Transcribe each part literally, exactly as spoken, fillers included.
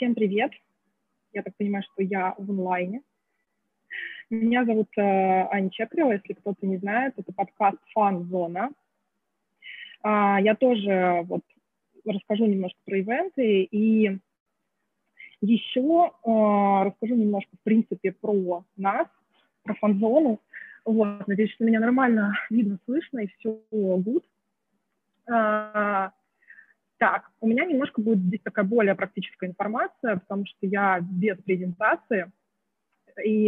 Всем привет! Я так понимаю, что я в онлайне. Меня зовут э, Аня Чекрева, если кто-то не знает, это подкаст «Фан-зона». А, я тоже вот расскажу немножко про ивенты и еще э, расскажу немножко, в принципе, про нас, про фан-зону. Вот, надеюсь, что меня нормально видно, слышно и все good. А, Так, у меня немножко будет здесь такая более практическая информация, потому что я без презентации. И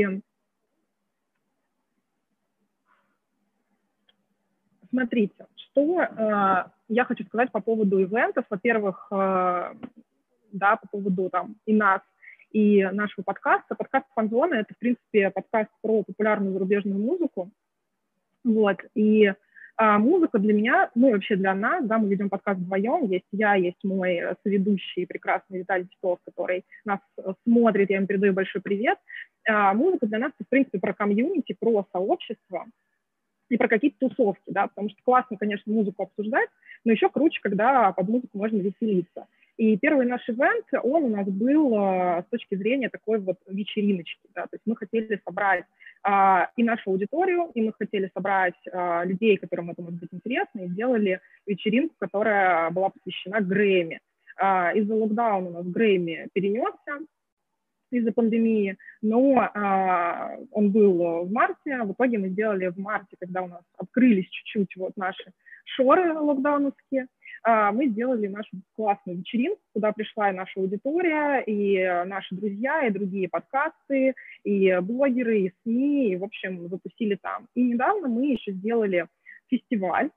смотрите, что э, я хочу сказать по поводу ивентов. Во-первых, э, да, по поводу там и нас, и нашего подкаста. Подкаст «Фан-зона» — это, в принципе, подкаст про популярную зарубежную музыку. Вот, и а, музыка для меня, ну и вообще для нас, да, мы ведем подкаст вдвоем, есть я, есть мой соведущий прекрасный Виталий Титов, который нас смотрит, я ему передаю большой привет. А, музыка для нас, в принципе, про комьюнити, про сообщество и про какие-то тусовки, да, потому что классно, конечно, музыку обсуждать, но еще круче, когда под музыку можно веселиться. И первый наш ивент, он у нас был э, с точки зрения такой вот вечериночки, да, то есть мы хотели собрать э, и нашу аудиторию, и мы хотели собрать э, людей, которым это может быть интересно, и сделали вечеринку, которая была посвящена Грэмми. Э, из-за локдауна у нас Грэмми перенесся из-за пандемии, но э, он был в марте, в итоге мы сделали в марте, когда у нас открылись чуть-чуть вот наши шоры локдауновские, э, мы сделали нашу классную вечеринку, куда пришла и наша аудитория, и наши друзья, и другие подкасты, и блогеры, и СМИ, и, в общем, запустили там. И недавно мы еще сделали фестиваль,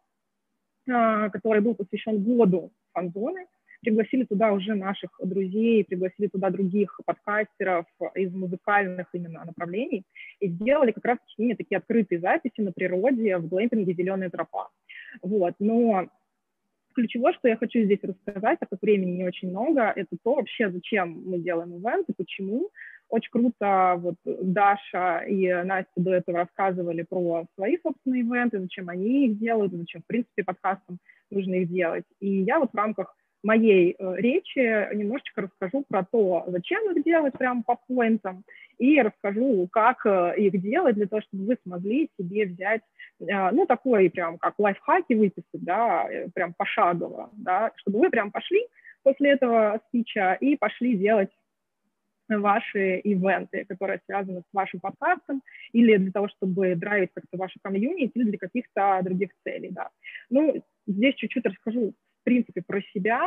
э, который был посвящен году фан-зоны. Пригласили туда уже наших друзей, пригласили туда других подкастеров из музыкальных именно направлений и сделали как раз именно такие открытые записи на природе в глэмпинге «Зеленая тропа». Вот. Но ключевое, что я хочу здесь рассказать, так как времени не очень много, это то вообще, зачем мы делаем ивент и почему. Очень круто, вот Даша и Настя до этого рассказывали про свои собственные ивенты, зачем они их делают, зачем, в принципе, подкастам нужно их делать. И я вот в рамках моей э, речи немножечко расскажу про то, зачем их делать прямо по поинтам, и расскажу, как э, их делать для того, чтобы вы смогли себе взять, э, ну, такой прям как лайфхаки выписать, да, э, прям пошагово, да, чтобы вы прям пошли после этого спича и пошли делать ваши ивенты, которые связаны с вашим подкастом, или для того, чтобы драйвить как-то вашу комьюнити, или для каких-то других целей, да. Ну, здесь чуть-чуть расскажу, в принципе, про себя.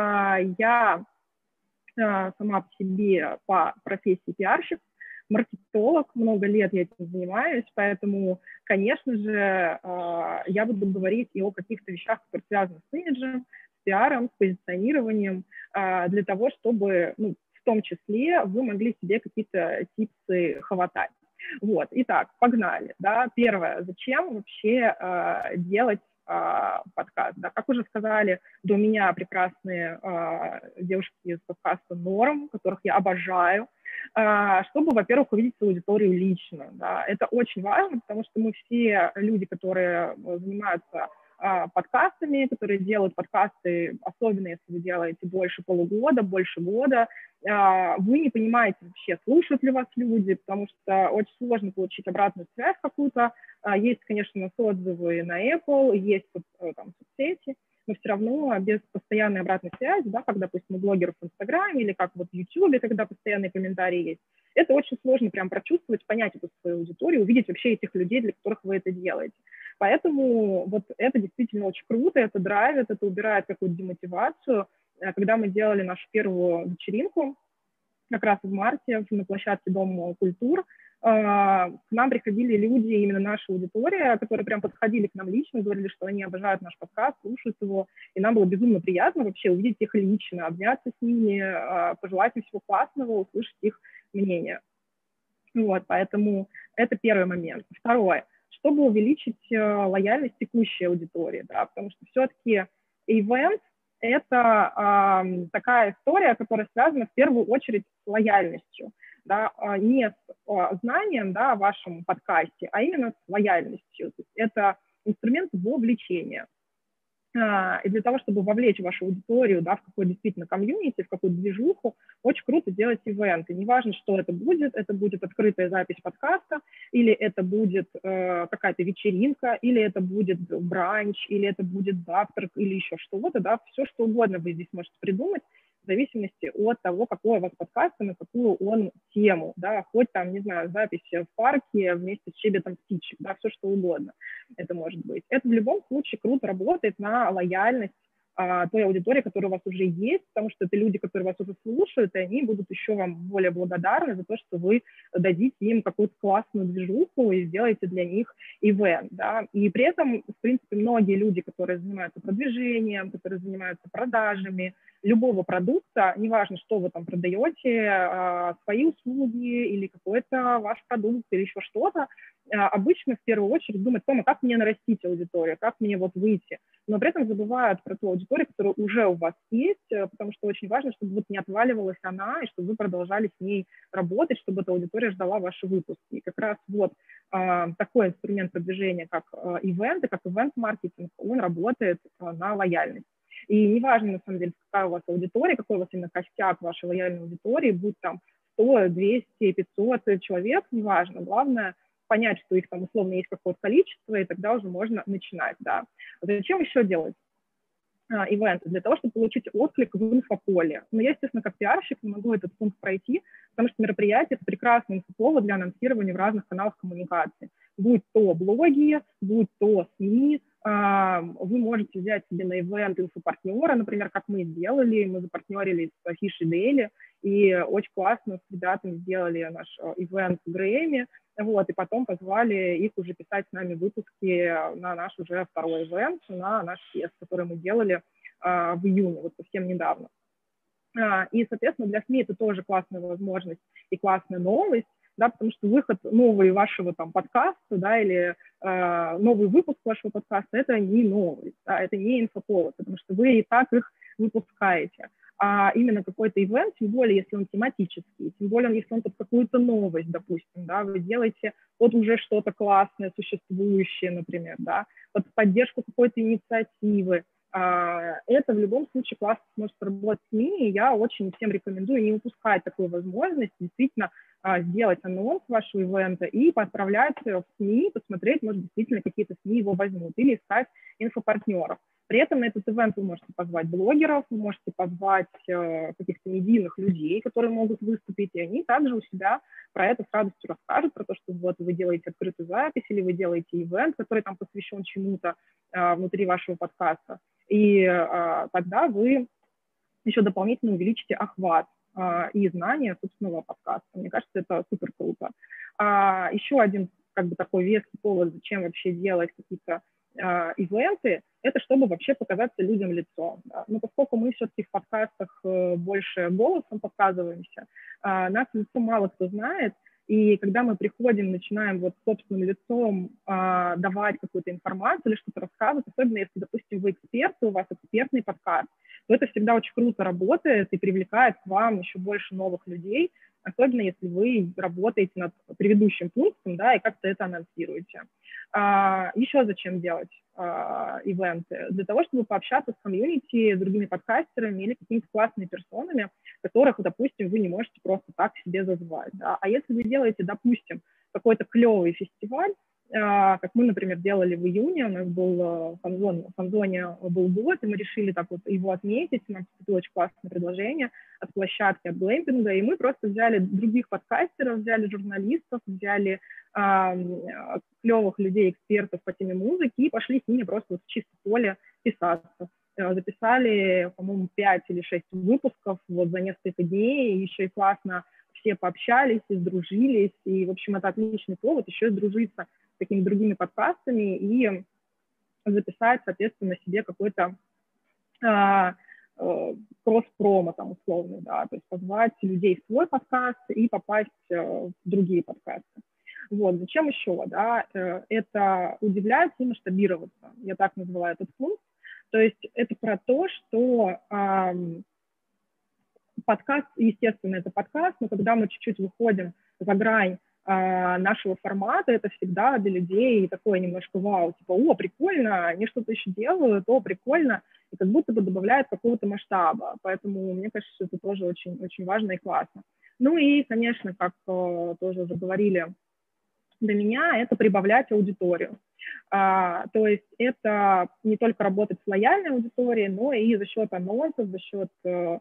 Я сама по себе по профессии пиарщик, маркетолог, много лет я этим занимаюсь, поэтому, конечно же, я буду говорить и о каких-то вещах, которые связаны с имиджем, с пиаром, с позиционированием, для того, чтобы, ну, в том числе вы могли себе какие-то типсы хватать. Вот, итак, погнали. Да? Первое, зачем вообще э, делать э, подкаст? Да? Как уже сказали до меня прекрасные э, девушки из подкаста «Норм», которых я обожаю, э, чтобы, во-первых, увидеть свою аудиторию лично. Да? Это очень важно, потому что мы все люди, которые занимаются подкастами, которые делают подкасты, особенно если вы делаете больше полугода, больше года, вы не понимаете вообще, слушают ли вас люди, потому что очень сложно получить обратную связь какую-то. Есть, конечно, отзывы на Apple, есть там соцсети, но все равно без постоянной обратной связи, да, как, допустим, у блогеров в Инстаграме или как вот в Ютубе, когда постоянные комментарии есть, это очень сложно прям прочувствовать, понять эту свою аудиторию, увидеть вообще этих людей, для которых вы это делаете. Поэтому вот это действительно очень круто, это драйвит, это убирает какую-то демотивацию. Когда мы делали нашу первую вечеринку, как раз в марте на площадке Дома культур, к нам приходили люди, именно наша аудитория, которые прям подходили к нам лично, говорили, что они обожают наш подкаст, слушают его, и нам было безумно приятно вообще увидеть их лично, обняться с ними, пожелать им всего классного, услышать их мнение. Вот, поэтому это первый момент. Второе. Чтобы увеличить э, лояльность текущей аудитории, да, потому что все-таки ивент – это э, такая история, которая связана в первую очередь с лояльностью, да, э, не с э, знанием, да, о вашем подкасте, а именно с лояльностью. То есть это инструмент вовлечения. И для того, чтобы вовлечь вашу аудиторию, да, в какой-то действительно комьюнити, в какую-то движуху, очень круто делать ивенты. Неважно, что это будет, это будет открытая запись подкаста, или это будет э, какая-то вечеринка, или это будет бранч, или это будет завтрак, или еще что-то, да, все, что угодно вы здесь можете придумать, в зависимости от того, какой у вас подкаст и на какую он тему, да, хоть там, не знаю, запись в парке вместе с щебетом птичек, да, все что угодно это может быть. Это в любом случае круто работает на лояльность а, той аудитории, которая у вас уже есть, потому что это люди, которые вас уже слушают, и они будут еще вам более благодарны за то, что вы дадите им какую-то классную движуху и сделаете для них ивент, да, и при этом, в принципе, многие люди, которые занимаются продвижением, которые занимаются продажами любого продукта, неважно, что вы там продаете, свои услуги или какой-то ваш продукт или еще что-то, обычно в первую очередь думают о том, как мне нарастить аудиторию, как мне вот выйти, но при этом забывают про ту аудиторию, которая уже у вас есть, потому что очень важно, чтобы вот не отваливалась она, и чтобы вы продолжали с ней работать, чтобы эта аудитория ждала ваши выпуски. И как раз вот э, такой инструмент продвижения, как э, ивенты, как ивент-маркетинг, он работает э, на лояльность. И неважно, на самом деле, какая у вас аудитория, какой у вас именно костяк вашей лояльной аудитории, будь там сто, двести, пятьсот человек, неважно. Главное понять, что их там условно есть какое-то количество, и тогда уже можно начинать, да. Зачем еще делать а, ивенты? Для того, чтобы получить отклик в инфополе. Но я, естественно, как пиарщик не могу этот пункт пройти, потому что мероприятие – это прекрасный инфоповод для анонсирования в разных каналах коммуникации. Будь то блоги, будь то СМИ, вы можете взять себе на ивент инфопартнера, например, как мы сделали, мы запартнерились с Афишей Дейли, и очень классно с ребятами сделали наш ивент в Грэмми, вот, и потом позвали их уже писать с нами выпуски на наш уже второй ивент, на наш фест, который мы делали а, в июне, вот совсем недавно. А, и, соответственно, для СМИ это тоже классная возможность и классная новость, да, потому что выход новый вашего там подкаста, да, или э, новый выпуск вашего подкаста, это не новость, да, это не инфоповод, потому что вы и так их выпускаете. А именно какой-то ивент, тем более, если он тематический, тем более, если он под какую-то новость, допустим, да, вы делаете вот уже что-то классное, существующее, например, да, под поддержку какой-то инициативы, это в любом случае классно сможет работать с СМИ, и я очень всем рекомендую не упускать такую возможность, действительно сделать анонс вашего ивента и отправлять в СМИ, посмотреть, может, действительно какие-то СМИ его возьмут, или искать инфопартнеров. При этом на этот ивент вы можете позвать блогеров, вы можете позвать каких-то медийных людей, которые могут выступить, и они также у себя про это с радостью расскажут, про то, что вот вы делаете открытую запись, или вы делаете ивент, который там посвящен чему-то внутри вашего подкаста. И а, тогда вы еще дополнительно увеличите охват а, и знания собственного подкаста. Мне кажется, это супер круто. А, еще один как бы такой веский повод, зачем вообще делать какие-то а, ивенты, это чтобы вообще показаться людям лицом. Да. Но поскольку мы все-таки в подкастах больше голосом показываемся, а, нас лицо мало кто знает, и когда мы приходим, начинаем вот собственным лицом а, давать какую-то информацию или что-то рассказывать, особенно если, допустим, вы эксперт, у вас экспертный подкаст, то это всегда очень круто работает и привлекает к вам еще больше новых людей, особенно если вы работаете над предыдущим пунктом, да, и как-то это анонсируете. А, еще зачем делать а, ивенты? Для того, чтобы пообщаться с комьюнити, с другими подкастерами или какими-то классными персонами, которых, допустим, вы не можете просто так себе зазвать. Да? А если вы делаете, допустим, какой-то клевый фестиваль, как мы, например, делали в июне, у нас был фанзон, в фанзоне был год, и мы решили так вот его отметить, нам поступило очень классное предложение от площадки, от глэмпинга, и мы просто взяли других подкастеров, взяли журналистов, взяли э, клевых людей, экспертов по теме музыки, и пошли с ними просто вот в чистое поле писаться. Записали, по-моему, пять или шесть выпусков вот за несколько дней, и еще и классно все пообщались, и сдружились, и, в общем, это отличный повод еще и сдружиться с такими другими подкастами и записать, соответственно, себе какой-то а, а, кросс-промо там условный, да, то есть позвать людей в свой подкаст и попасть в другие подкасты. Вот, зачем еще, да, это удивлять и масштабироваться, я так назвала этот пункт, то есть это про то, что а, подкаст, естественно, это подкаст, но когда мы чуть-чуть выходим за грань а, нашего формата, это всегда для людей такое немножко вау, типа, о, прикольно, они что-то еще делают, о, прикольно, и как будто бы добавляет какого-то масштаба. Поэтому, мне кажется, это тоже очень, очень важно и классно. Ну и, конечно, как э, тоже уже говорили до меня, это прибавлять аудиторию. А, то есть это не только работать с лояльной аудиторией, но и за счет анонсов, за счет э,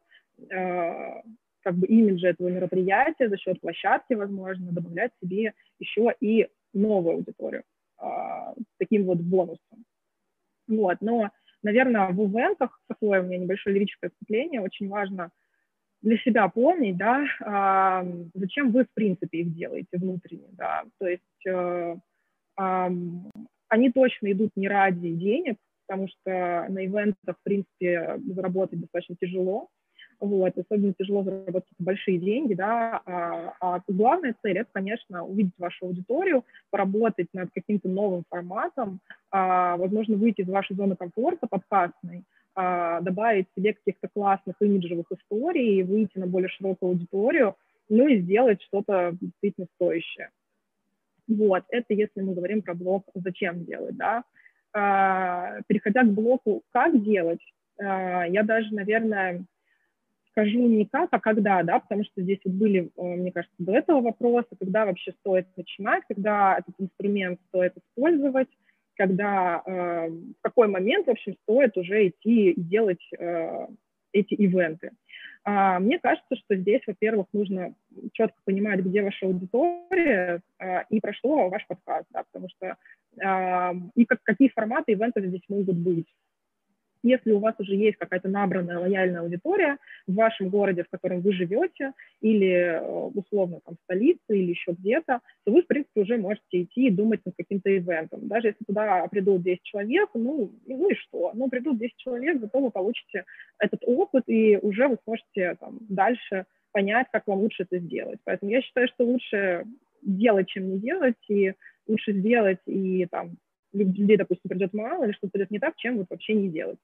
э, как бы имиджа этого мероприятия, за счет площадки, возможно, добавлять себе еще и новую аудиторию э, таким вот бонусом. Вот. Но, наверное, в ивентах, такое у меня небольшое лирическое вступление, очень важно для себя помнить, да, а, зачем вы, в принципе, их делаете внутренне, да, то есть э, а, они точно идут не ради денег, потому что на ивентах, в принципе, заработать достаточно тяжело, вот, особенно тяжело заработать большие деньги, да, а, а главная цель – это, конечно, увидеть вашу аудиторию, поработать над каким-то новым форматом, а, возможно, выйти из вашей зоны комфорта подкастной, добавить себе каких-то классных имиджевых историй, выйти на более широкую аудиторию, ну и сделать что-то действительно стоящее. Вот, это если мы говорим про блок «Зачем делать?», да. Переходя к блоку «Как делать?», я даже, наверное, скажу не как, а когда, да, потому что здесь вот были, мне кажется, до этого вопросы, когда вообще стоит начинать, когда этот инструмент стоит использовать, когда, э, в какой момент, в общем, стоит уже идти и делать э, эти ивенты. А, мне кажется, что здесь, во-первых, нужно четко понимать, где ваша аудитория э, и про что ваш подкаст, да, потому что э, и как, какие форматы ивентов здесь могут быть. Если у вас уже есть какая-то набранная лояльная аудитория в вашем городе, в котором вы живете, или условно там в столице, или еще где-то, то вы, в принципе, уже можете идти и думать над каким-то ивентом. Даже если туда придут десять человек, ну, ну и что? Ну, придут десять человек, зато вы получите этот опыт, и уже вы сможете там дальше понять, как вам лучше это сделать. Поэтому я считаю, что лучше делать, чем не делать, и лучше сделать, и там людей, допустим, придет мало, или что-то придет не так, чем вот вообще не делать.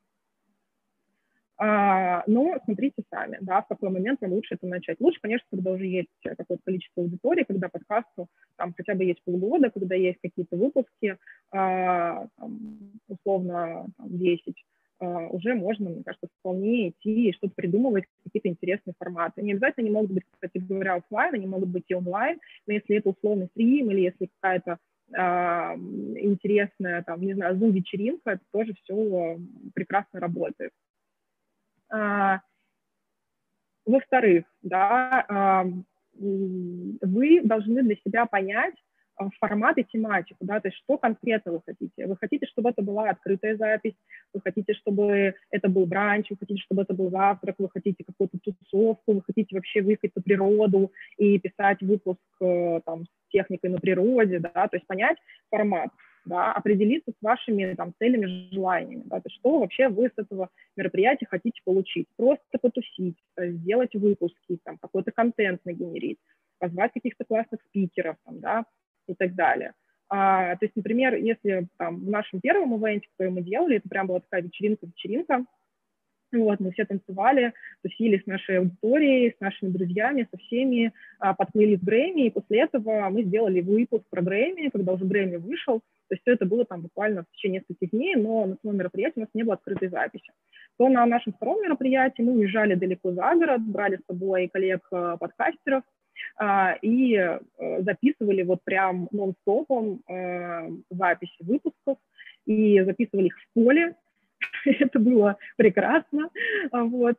А, но смотрите сами, да, в какой момент вам лучше это начать. Лучше, конечно, когда уже есть какое-то количество аудитории, когда подкасту там хотя бы есть полгода, когда есть какие-то выпуски, а, там, условно там, десять, а, уже можно, мне кажется, вполне идти и что-то придумывать, какие-то интересные форматы. Не обязательно они могут быть, кстати говоря, офлайн, они могут быть и онлайн, но если это условный стрим или если какая-то Uh, интересная, там, не знаю, зум-вечеринка, это тоже все прекрасно работает. Uh, во-вторых, да, uh, вы должны для себя понять uh, формат и тематику, да, то есть что конкретно вы хотите. Вы хотите, чтобы это была открытая запись, вы хотите, чтобы это был бранч, вы хотите, чтобы это был завтрак, вы хотите какую-то тусовку, вы хотите вообще выехать на природу и писать выпуск там, техникой на природе, да, то есть понять формат, да, определиться с вашими там целями, желаниями, да, то есть что вообще вы с этого мероприятия хотите получить, просто потусить, сделать выпуски, там, какой-то контент нагенерить, позвать каких-то классных спикеров, там, да, и так далее. А, то есть, например, если там в нашем первом ивенте, который мы делали, это прям была такая вечеринка-вечеринка, вот, мы все танцевали, тусили с нашей аудиторией, с нашими друзьями, со всеми, а, подплыли к Грэмми, и после этого мы сделали выпуск про Грэмми, когда уже Грэмми вышел, то есть все это было там буквально в течение нескольких дней, но на самом мероприятии у нас не было открытой записи. То на нашем втором мероприятии мы уезжали далеко за город, брали с собой коллег-подкастеров, а, и а, записывали вот прям нон-стопом а, записи выпусков, и записывали их в поле. Это было прекрасно, вот,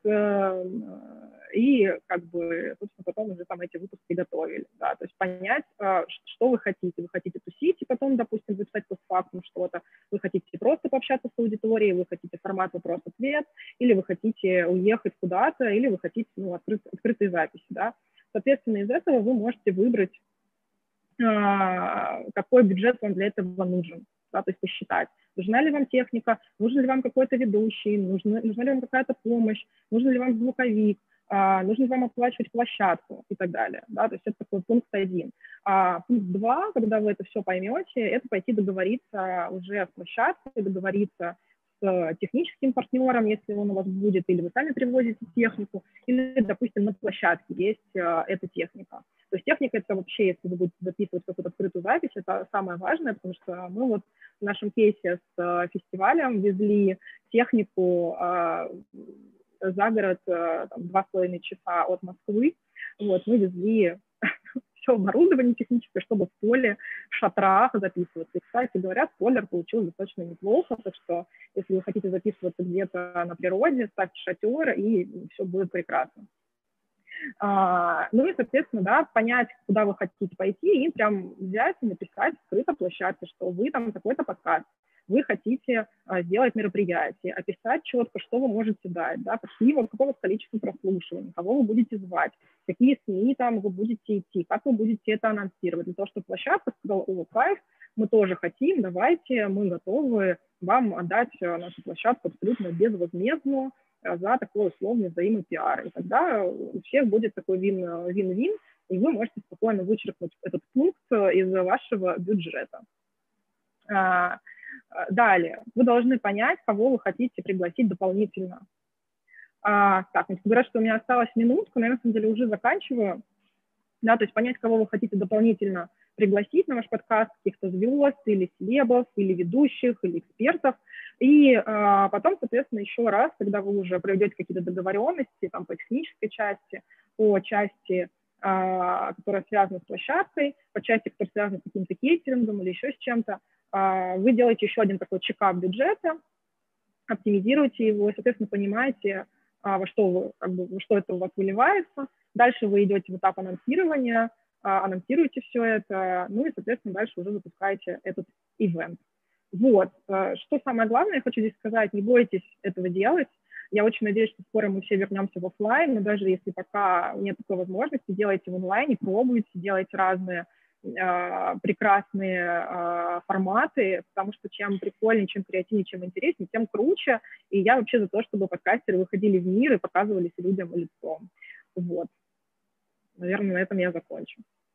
и как бы, собственно, потом уже там эти выпуски готовили, да, то есть понять, что вы хотите, вы хотите тусить, и потом, допустим, записать постфактум что-то, вы хотите просто пообщаться с аудиторией, вы хотите формат вопрос-ответ, или вы хотите уехать куда-то, или вы хотите, ну, открыть, открытые записи, да, соответственно, из этого вы можете выбрать, какой бюджет вам для этого нужен. Да, то есть посчитать, нужна ли вам техника, нужен ли вам какой-то ведущий, нужна, нужна ли вам какая-то помощь, нужен ли вам звуковик, а, нужно ли вам оплачивать площадку и так далее. Да, то есть это такой пункт один. А пункт два, когда вы это все поймете, это пойти договориться уже с площадкой, договориться с техническим партнером, если он у вас будет, или вы сами привозите технику, или, допустим, на площадке есть а, эта техника. То есть техника — это вообще, если вы будете записывать какую-то открытую запись, это самое важное, потому что мы вот в нашем кейсе с фестивалем везли технику э, за город э, там, два с половиной часа от Москвы. Вот, мы везли все оборудование техническое, чтобы в поле, в шатрах записываться. И, кстати говоря, спойлер получился достаточно неплохо, так что если вы хотите записываться где-то на природе, ставьте шатер, и все будет прекрасно. А, ну и, соответственно, да, понять, куда вы хотите пойти, и прям взять и написать скрыто площадке, что вы там такой-то подкаст, вы хотите а, сделать мероприятие, описать четко, что вы можете дать, да, какие, какого количества прослушиваний, кого вы будете звать, какие СМИ там вы будете идти, как вы будете это анонсировать, для того, чтобы площадка сказала: о, кайф, мы тоже хотим, давайте, мы готовы вам отдать нашу площадку абсолютно безвозмездно за такой условный взаимопиар. И тогда у всех будет такой вин-вин, и вы можете спокойно вычеркнуть этот пункт из вашего бюджета. Далее, вы должны понять, кого вы хотите пригласить дополнительно. А, так, говорят, что у меня осталась минутка, но я на самом деле уже заканчиваю. Да, то есть понять, кого вы хотите дополнительно пригласить на ваш подкаст, каких-то звезд или селебов, или ведущих, или экспертов. И а, потом, соответственно, еще раз, когда вы уже проведете какие-то договоренности там, по технической части, по части, а, которая связана с площадкой, по части, которая связана с каким-то кейтерингом или еще с чем-то, а, вы делаете еще один такой чекап бюджета, оптимизируете его, и, соответственно, понимаете, а, во что, вы, как бы, во что это у вас выливается. Дальше вы идете в этап анонсирования, а, анонсируете все это, ну и, соответственно, дальше уже запускаете этот ивент. Вот. Что самое главное, я хочу здесь сказать, не бойтесь этого делать. Я очень надеюсь, что скоро мы все вернемся в офлайн, но даже если пока нет такой возможности, делайте в онлайне, пробуйте, делайте разные э, прекрасные э, форматы, потому что чем прикольнее, чем креативнее, чем интереснее, тем круче. И я вообще за то, чтобы подкастеры выходили в мир и показывались людям лицом. Вот. Наверное, на этом я закончу.